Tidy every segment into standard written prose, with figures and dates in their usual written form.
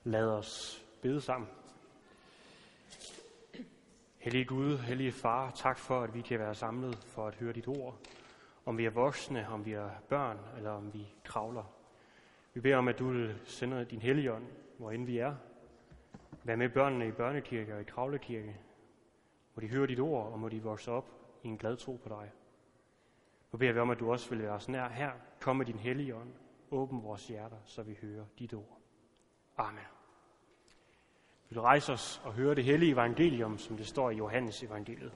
Lad os bede sammen. Hellige Gud, hellige Far, tak for, at vi kan være samlet for at høre dit ord. Om vi er voksne, om vi er børn, eller om vi kravler. Vi beder om, at du vil sende din hellige ånd, hvorend vi er. Vær med børnene i børnekirke og i kravlekirke. Må de høre dit ord, og må de vokse op i en glad tro på dig. Nu beder vi om, at du også vil være os nær her. Kom med din hellige ånd. Åbn vores hjerter, så vi hører dit ord. Amen. Vi vil rejse os og høre det hellige evangelium, som det står i Johannes evangeliet.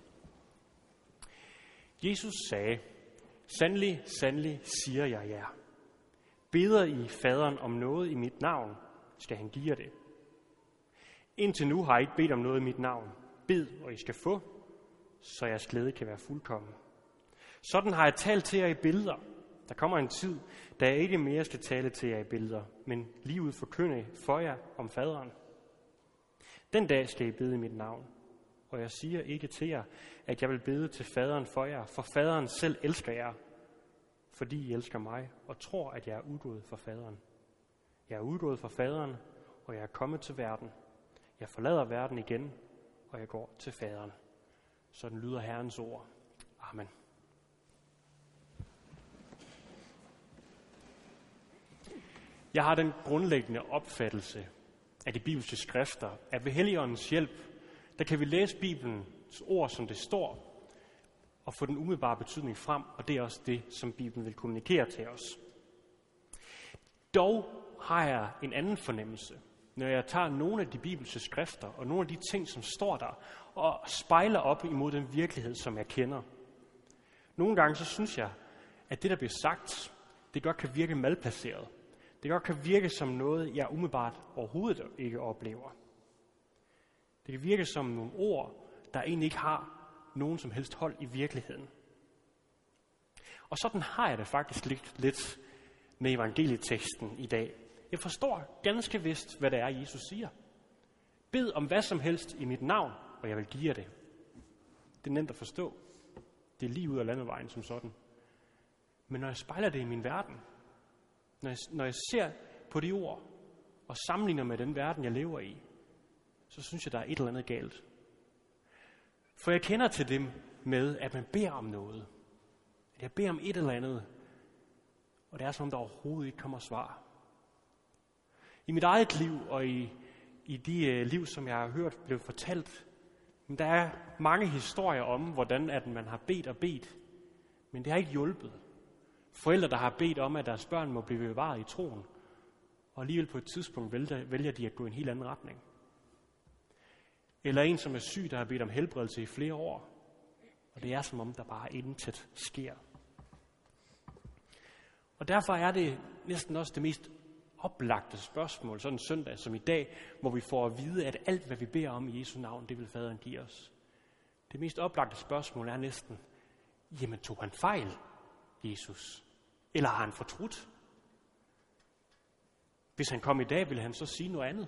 Jesus sagde, sandelig, sandelig siger jeg jer. Beder I faderen om noget i mit navn, skal han give jer det. Indtil nu har I ikke bedt om noget i mit navn. Bed, og I skal få, så jeres glæde kan være fuldkommen. Sådan har jeg talt til jer i billeder. Der kommer en tid, da jeg ikke mere skal tale til jer i billeder, men lige ud forkynde for jer om faderen. Den dag skal I bede i mit navn, og jeg siger ikke til jer, at jeg vil bede til faderen for jer, for faderen selv elsker jer, fordi I elsker mig og tror, at jeg er udgået fra faderen. Jeg er udgået fra faderen, og jeg er kommet til verden. Jeg forlader verden igen, og jeg går til faderen. Sådan lyder Herrens ord. Amen. Jeg har den grundlæggende opfattelse af de bibelske skrifter, at ved Helligåndens hjælp, der kan vi læse Bibelens ord, som det står, og få den umiddelbare betydning frem, og det er også det, som Bibelen vil kommunikere til os. Dog har jeg en anden fornemmelse, når jeg tager nogle af de bibelske skrifter, og nogle af de ting, som står der, og spejler op imod den virkelighed, som jeg kender. Nogle gange så synes jeg, at det, der bliver sagt, det godt kan virke malplaceret. Det godt kan virke som noget, jeg umiddelbart overhovedet ikke oplever. Det kan virke som nogle ord, der egentlig ikke har nogen som helst hold i virkeligheden. Og sådan har jeg det faktisk lidt med evangelieteksten i dag. Jeg forstår ganske vist, hvad det er, Jesus siger. Bed om hvad som helst i mit navn, og jeg vil give jer det. Det er nemt at forstå. Det er lige ud af landevejen som sådan. Men når jeg spejler det i min verden, når jeg ser på de ord og sammenligner med den verden, jeg lever i, så synes jeg, der er et eller andet galt. For jeg kender til det med, at man beder om noget. At jeg beder om et eller andet, og det er som om, der overhovedet ikke kommer svar. I mit eget liv og i de liv, som jeg har hørt blev fortalt, der er mange historier om, hvordan at man har bedt og bedt, men det har ikke hjulpet. Forældre, der har bedt om, at deres børn må blive bevaret i troen, og alligevel på et tidspunkt vælger de at gå i en helt anden retning. Eller en, som er syg, der har bedt om helbredelse i flere år, og det er som om, der bare intet sker. Og derfor er det næsten også det mest oplagte spørgsmål, sådan en søndag som i dag, hvor vi får at vide, at alt, hvad vi beder om i Jesu navn, det vil faderen give os. Det mest oplagte spørgsmål er næsten, jamen tog han fejl, Jesus? Eller har han fortrudt? Hvis han kom i dag, ville han så sige noget andet?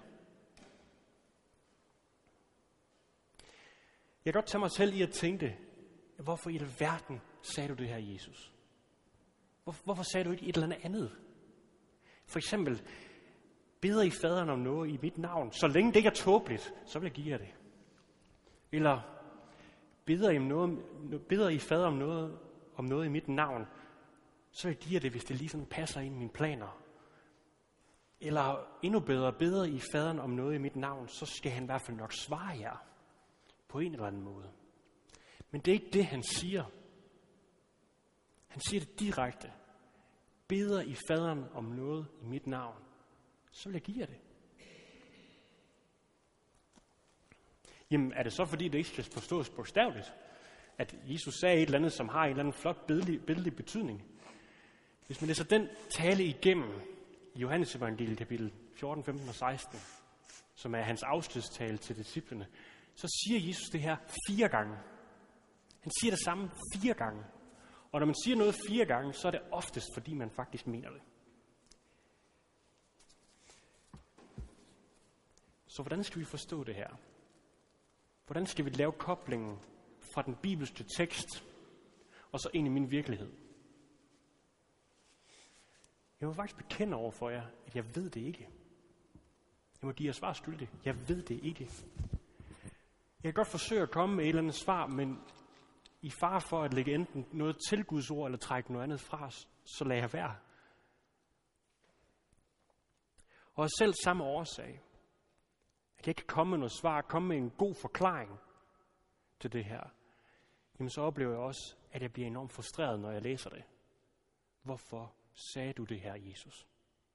Jeg kan godt tage mig selv i at tænke, hvorfor i alverden sagde du det her, Jesus? Hvorfor sagde du ikke et eller andet? For eksempel, beder I faderen om noget i mit navn, så længe det ikke er tåbeligt, så vil jeg give jer det. Eller beder I faderen om noget i mit navn, så jeg giver det, hvis det lige sådan passer ind i mine planer. Eller endnu bedre, beder I faderen om noget i mit navn, så skal han i hvert fald nok svare jer på en eller anden måde. Men det er ikke det, han siger. Han siger det direkte. Beder I faderen om noget i mit navn, så vil jeg give jer det. Jamen, er det så, fordi det ikke skal forstås bogstaveligt, at Jesus sagde et eller andet, som har en eller anden flot billedlig betydning? Hvis man læser den tale igennem i Johannes evangeliet kapitel 14, 15 og 16, som er hans afskedstale til disciplene, så siger Jesus det her 4 gange. Han siger det samme 4 gange. Og når man siger noget 4 gange, så er det oftest, fordi man faktisk mener det. Så hvordan skal vi forstå det her? Hvordan skal vi lave koblingen fra den bibelske tekst og så ind i min virkelighed? Jeg må faktisk bekende over for jer, at jeg ved det ikke. Jeg Jeg må give jer svar skyldig. Jeg ved det ikke. Jeg kan godt forsøge at komme med et eller andet svar, men i fare for at lægge enten noget til Guds ord, eller trække noget andet fra, så lad jeg være. Og af selv samme årsag, at jeg ikke kan komme med noget svar, komme med en god forklaring til det her, jamen så oplever jeg også, at jeg bliver enormt frustreret, når jeg læser det. Hvorfor sagde du det her, Jesus?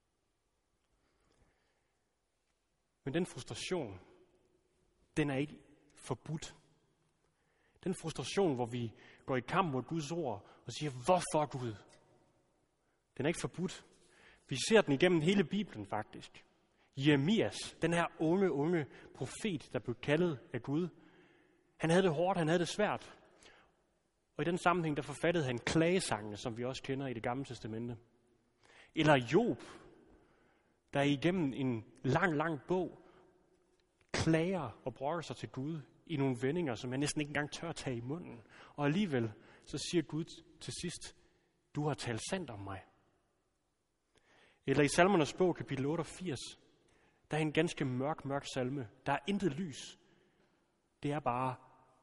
Men den frustration, den er ikke forbudt. Den frustration, hvor vi går i kamp mod Guds ord og siger, hvorfor Gud? Den er ikke forbudt. Vi ser den igennem hele Bibelen faktisk. Jeremias, den her unge profet, der blev kaldet af Gud, han havde det hårdt, han havde det svært. Og i den sammenhæng, der forfattede han klagesangene, som vi også kender i Det Gamle Testamente. Eller Job, der igennem en lang bog klager og brokker sig til Gud i nogle vendinger, som jeg næsten ikke engang tør tage i munden. Og alligevel, så siger Gud til sidst, du har talt sandt om mig. Eller i Salmernes bog, kapitel 88, der er en ganske mørk salme. Der er intet lys. Det er bare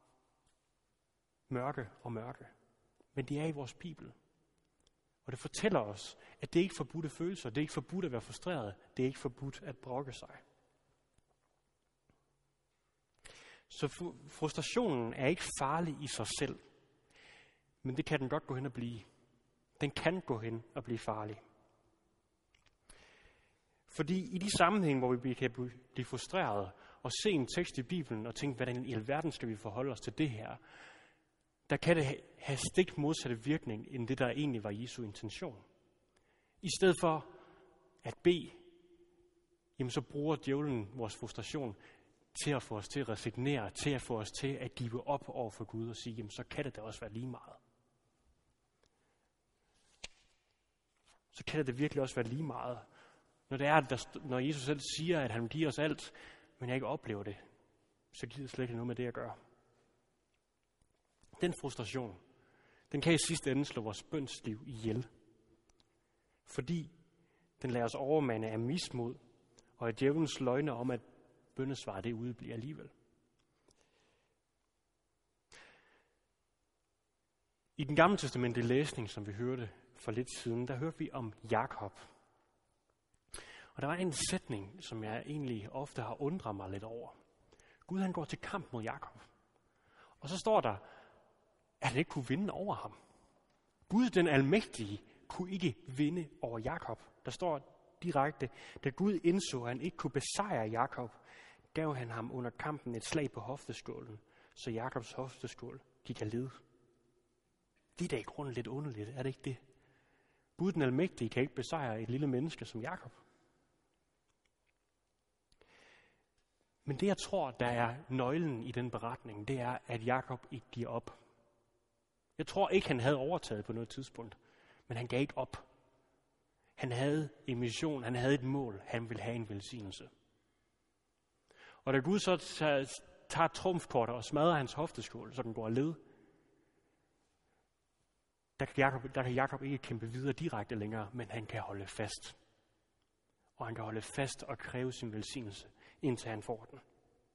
mørke og mørke. Men det er i vores Bibel. Og det fortæller os, at det ikke er forbudte følelser, det er ikke forbudt at være frustreret, det er ikke forbudt at brokke sig. Så frustrationen er ikke farlig i sig selv, men det kan den godt gå hen og blive. Den kan gå hen og blive farlig. Fordi i de sammenhænge, hvor vi kan blive frustreret og se en tekst i Bibelen og tænke, hvordan i alverden skal vi forholde os til det her, der kan det have stik modsatte virkning, end det, der egentlig var Jesu intention. I stedet for at bede, jamen så bruger djævlen vores frustration til at få os til at resignere, til at få os til at give op over for Gud og sige, jamen så kan det da også være lige meget. Så kan det da virkelig også være lige meget. Når det er, når Jesus selv siger, at han giver os alt, men jeg ikke oplever det, så giver det slet ikke noget med det at gøre. Den frustration, den kan i sidste ende slå vores bønsliv ihjel. Fordi den lader os overmande af mismod, og af djævelens løgne om, at bønnesvar det udebliver alligevel. I den gamle testamente læsning, som vi hørte for lidt siden, der hørte vi om Jakob. Og der var en sætning, som jeg egentlig ofte har undret mig lidt over. Gud han går til kamp mod Jakob. Og så står der, at han ikke kunne vinde over ham. Gud den almægtige kunne ikke vinde over Jakob. Der står direkte, da Gud indså, at han ikke kunne besejre Jakob, gav han ham under kampen et slag på hofteskålen, så Jakobs hofteskål gik af led. Det er da i grunden lidt underligt, er det ikke det? Gud den almægtige kan ikke besejre et lille menneske som Jakob. Men det jeg tror, der er nøglen i den beretning, det er, at Jakob ikke giver op. Jeg tror ikke, han havde overtaget på noget tidspunkt, men han gav ikke op. Han havde en mission, han havde et mål, han ville have en velsignelse. Og da Gud så tager trumfkortet og smadrer hans hofteskål, så den går af led, der kan Jakob ikke kæmpe videre direkte længere, men han kan holde fast. Og han kan holde fast og kræve sin velsignelse, indtil han får den.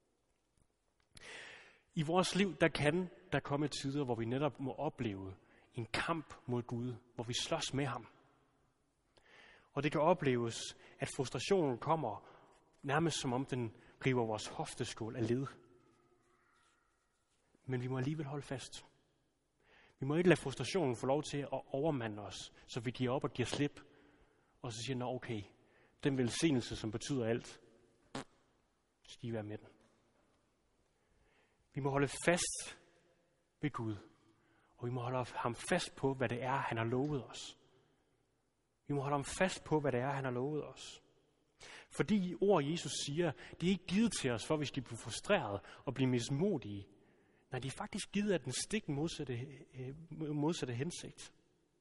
I vores liv, der kan der komme tider, hvor vi netop må opleve en kamp mod Gud, hvor vi slås med ham. Og det kan opleves, at frustrationen kommer nærmest som om den river vores hofteskål af led. Men vi må alligevel holde fast. Vi må ikke lade frustrationen få lov til at overmande os, så vi giver op og giver slip. Og så siger, nå okay, den velsignelse, som betyder alt, skal I være med den. Vi må holde fast ved Gud, og vi må holde ham fast på, hvad det er, han har lovet os. Vi må holde ham fast på, hvad det er, han har lovet os. Fordi ord Jesus siger, det er ikke givet til os, for at vi skal blive frustreret og blive mismodige. Nej, det er faktisk givet af den stik modsatte hensigt.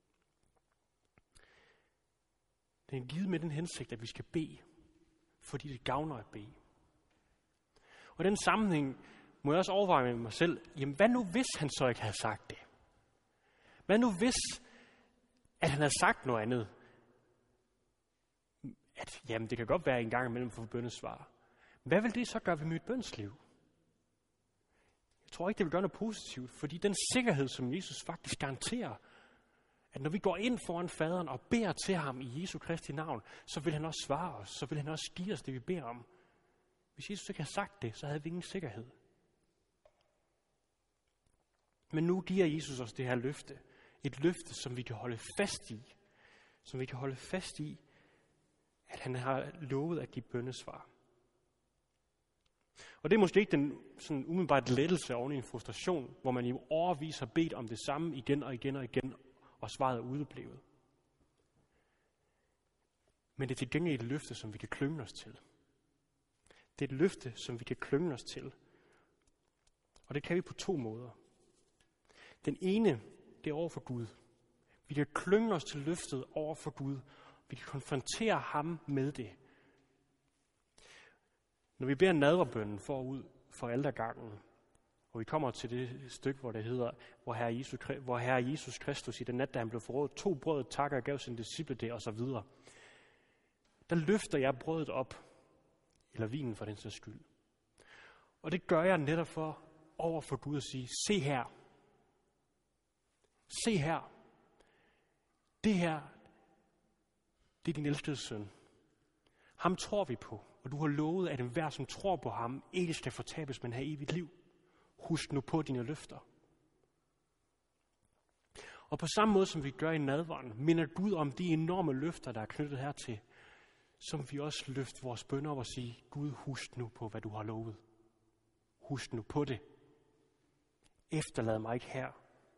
Det er givet med den hensigt, at vi skal bede, fordi det gavner at bede. Og i den sammenhæng må jeg også overveje med mig selv, jamen hvad nu hvis han så ikke havde sagt det? Hvad nu hvis, at han havde sagt noget andet? At jamen det kan godt være en gang imellem for bønnesvar, hvad vil det så gøre ved mit bønsliv? Jeg tror ikke, det vil gøre noget positivt, fordi den sikkerhed, som Jesus faktisk garanterer, at når vi går ind foran faderen og beder til ham i Jesu Kristi navn, så vil han også svare os, så vil han også give os det, vi beder om. Hvis Jesus ikke havde sagt det, så havde vi ingen sikkerhed. Men nu giver Jesus os det her løfte. Et løfte, som vi kan holde fast i. Som vi kan holde fast i, at han har lovet at give bønnesvar. Og det er måske ikke den sådan umiddelbart lettelse oven i en frustration, hvor man i årevis har bedt om det samme igen og igen og igen, og svaret er udeblevet. Men det er til gengæld et løfte, som vi kan klynge os til. Det er et løfte, som vi kan klynge os til. Og det kan vi på 2 måder. Den ene, det er over for Gud. Vi kan klynge os til løftet over for Gud. Vi kan konfrontere ham med det. Når vi beder nadverbønnen forud for altergangen, og vi kommer til det stykke, hvor det hedder, hvor Herre Jesus Kristus i den nat, da han blev forrådt, tog brødet, takker og gav sine disciple det, og så videre. Der løfter jeg brødet op, eller vinen for den sags skyld. Og det gør jeg netop for over for Gud at sige, se her. Se her. Det her, det er din elskede søn. Ham tror vi på, og du har lovet, at enhver, som tror på ham, ikke skal fortabes, men have evigt liv. Husk nu på dine løfter. Og på samme måde, som vi gør i nadveren, minder Gud om de enorme løfter, der er knyttet hertil, som vi også løfter vores bønner op og sige, Gud, husk nu på, hvad du har lovet. Husk nu på det. Efterlad mig ikke her.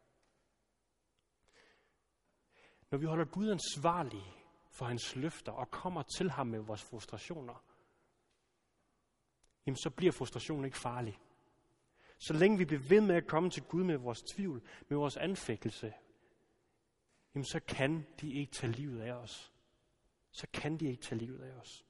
Når vi holder Gud ansvarlig for hans løfter og kommer til ham med vores frustrationer, jamen så bliver frustrationen ikke farlig. Så længe vi bliver ved med at komme til Gud med vores tvivl, med vores anfægtelse, jamen så kan de ikke tage livet af os. Så kan de ikke tage livet af os.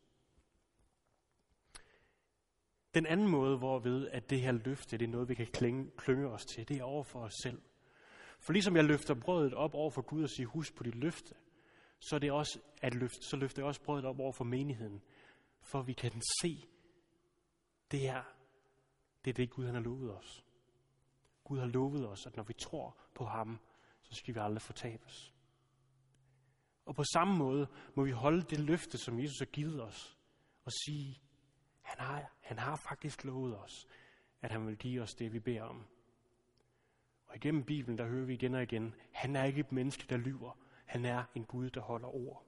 Den anden måde, hvorved at det her løfte, det er noget, vi kan klynge os til, det er over for os selv. For ligesom jeg løfter brødet op over for Gud og siger, husk på dit løfte, så er det også så løfter jeg også brødet op over for menigheden, for vi kan se, det er det Gud han har lovet os. Gud har lovet os, at når vi tror på ham, så skal vi aldrig fortabes. Og på samme måde må vi holde det løfte, som Jesus har givet os, og sige, han har faktisk lovet os, at han vil give os det, vi beder om. Og igennem Bibelen, der hører vi igen og igen, han er ikke et menneske, der lyver. Han er en Gud, der holder ord.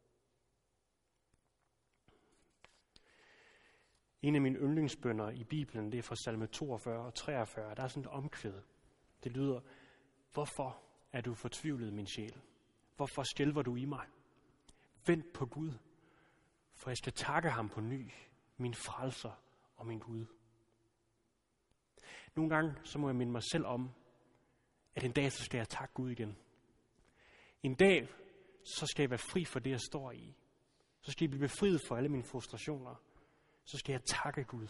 En af mine yndlingsbønner i Bibelen, det er fra salme 42 og 43. Der er sådan et omkvæd. Det lyder, hvorfor er du fortvivlet, min sjæl? Hvorfor skælver du i mig? Vent på Gud, for jeg skal takke ham på ny, min frelser og min Gud. Nogle gange så må jeg minde mig selv om, at en dag så skal jeg takke Gud igen. En dag så skal jeg være fri for det, jeg står i. Så skal jeg blive befriet for alle mine frustrationer. Så skal jeg takke Gud.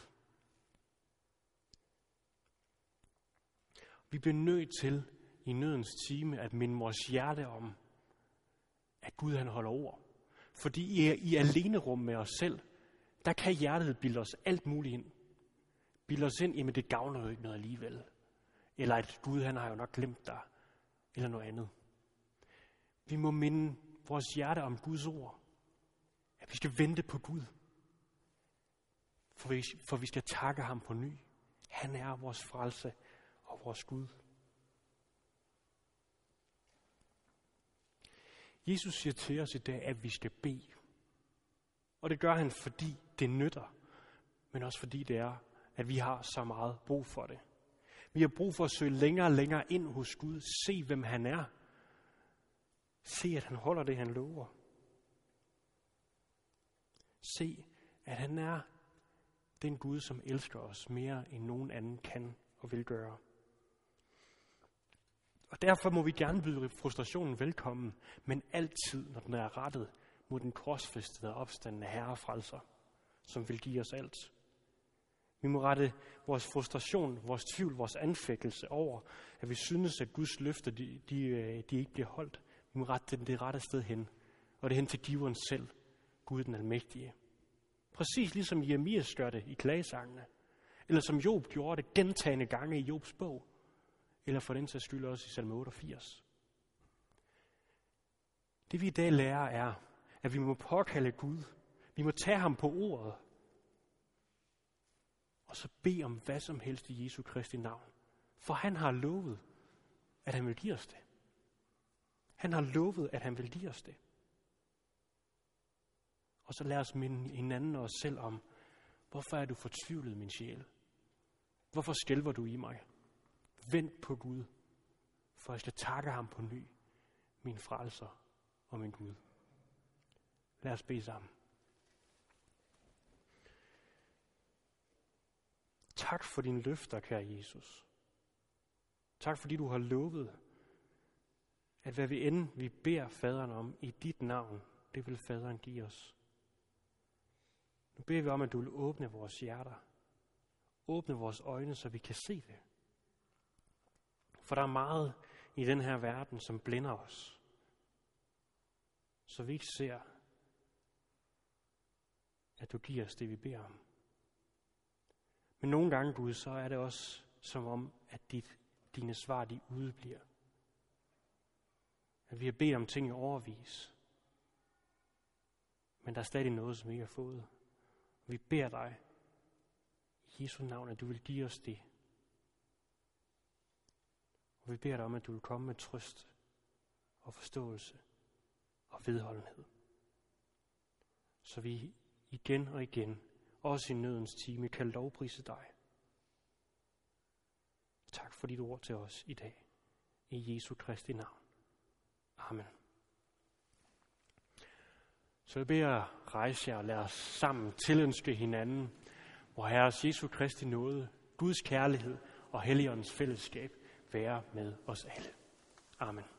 Vi bliver nødt til i nødens time at minde vores hjerte om, at Gud han holder ord. Fordi i alenerum med os selv, der kan hjertet bilde os alt muligt ind. Bilde os ind, jamen det gavner jo ikke noget alligevel. Eller at Gud han har jo nok glemt dig. Eller noget andet. Vi må minde vores hjerte om Guds ord. At vi skal vente på Gud. For vi skal takke ham på ny. Han er vores frelse og vores Gud. Jesus siger til os i dag, at vi skal bede. Og det gør han, fordi det nytter. Men også fordi det er, at vi har så meget brug for det. Vi har brug for at søge længere og længere ind hos Gud. Se, hvem han er. Se, at han holder det, han lover. Se, at han er den Gud, som elsker os mere, end nogen anden kan og vil gøre. Og derfor må vi gerne byde frustrationen velkommen, men altid, når den er rettet mod den korsfæstede og opstandende Herre og Frelser, som vil give os alt. Vi må rette vores frustration, vores tvivl, vores anfægtelse over, at vi synes, at Guds løfter de ikke bliver holdt. Vi må rette det rette sted hen, og det er hen til giveren selv, Gud den almægtige. Præcis ligesom Jeremias gør det i klagesangene. Eller som Job gjorde det gentagne gange i Jobs bog. Eller for den sags skyld også i salme 88. Det vi i dag lærer er, at vi må påkalde Gud. Vi må tage ham på ordet. Og så bede om hvad som helst i Jesu Kristi navn. For han har lovet, at han vil give os det. Han har lovet, at han vil give os det. Og så lad os minde hinanden og os selv om, hvorfor er du fortvivlet, min sjæl? Hvorfor skælver du i mig? Vent på Gud, for jeg skal takke ham på ny, min frelser og min Gud. Lad os bede sammen. Tak for dine løfter, kære Jesus. Tak fordi du har lovet, at hvad vi end vi beder faderen om i dit navn, det vil faderen give os. Nu beder vi om, at du vil åbne vores hjerter. Åbne vores øjne, så vi kan se det. For der er meget i den her verden, som blænder os. Så vi ikke ser, at du giver os det, vi beder om. Men nogle gange, Gud, så er det også som om, at dine svar, de udebliver. At vi har bedt om ting i årevis. Men der er stadig noget, som vi ikke har fået. Vi beder dig i Jesu navn, at du vil give os det. Og vi beder dig om, at du vil komme med trøst og forståelse og vedholdenhed. Så vi igen og igen, også i nødens time, kan lovprise dig. Tak for dit ord til os i dag. I Jesu Kristi navn. Amen. Så jeg beder rejse jer og lad os sammen tilønske hinanden, hvor Herres Jesu Kristi nåde, Guds kærlighed og Helligåndens fællesskab være med os alle. Amen.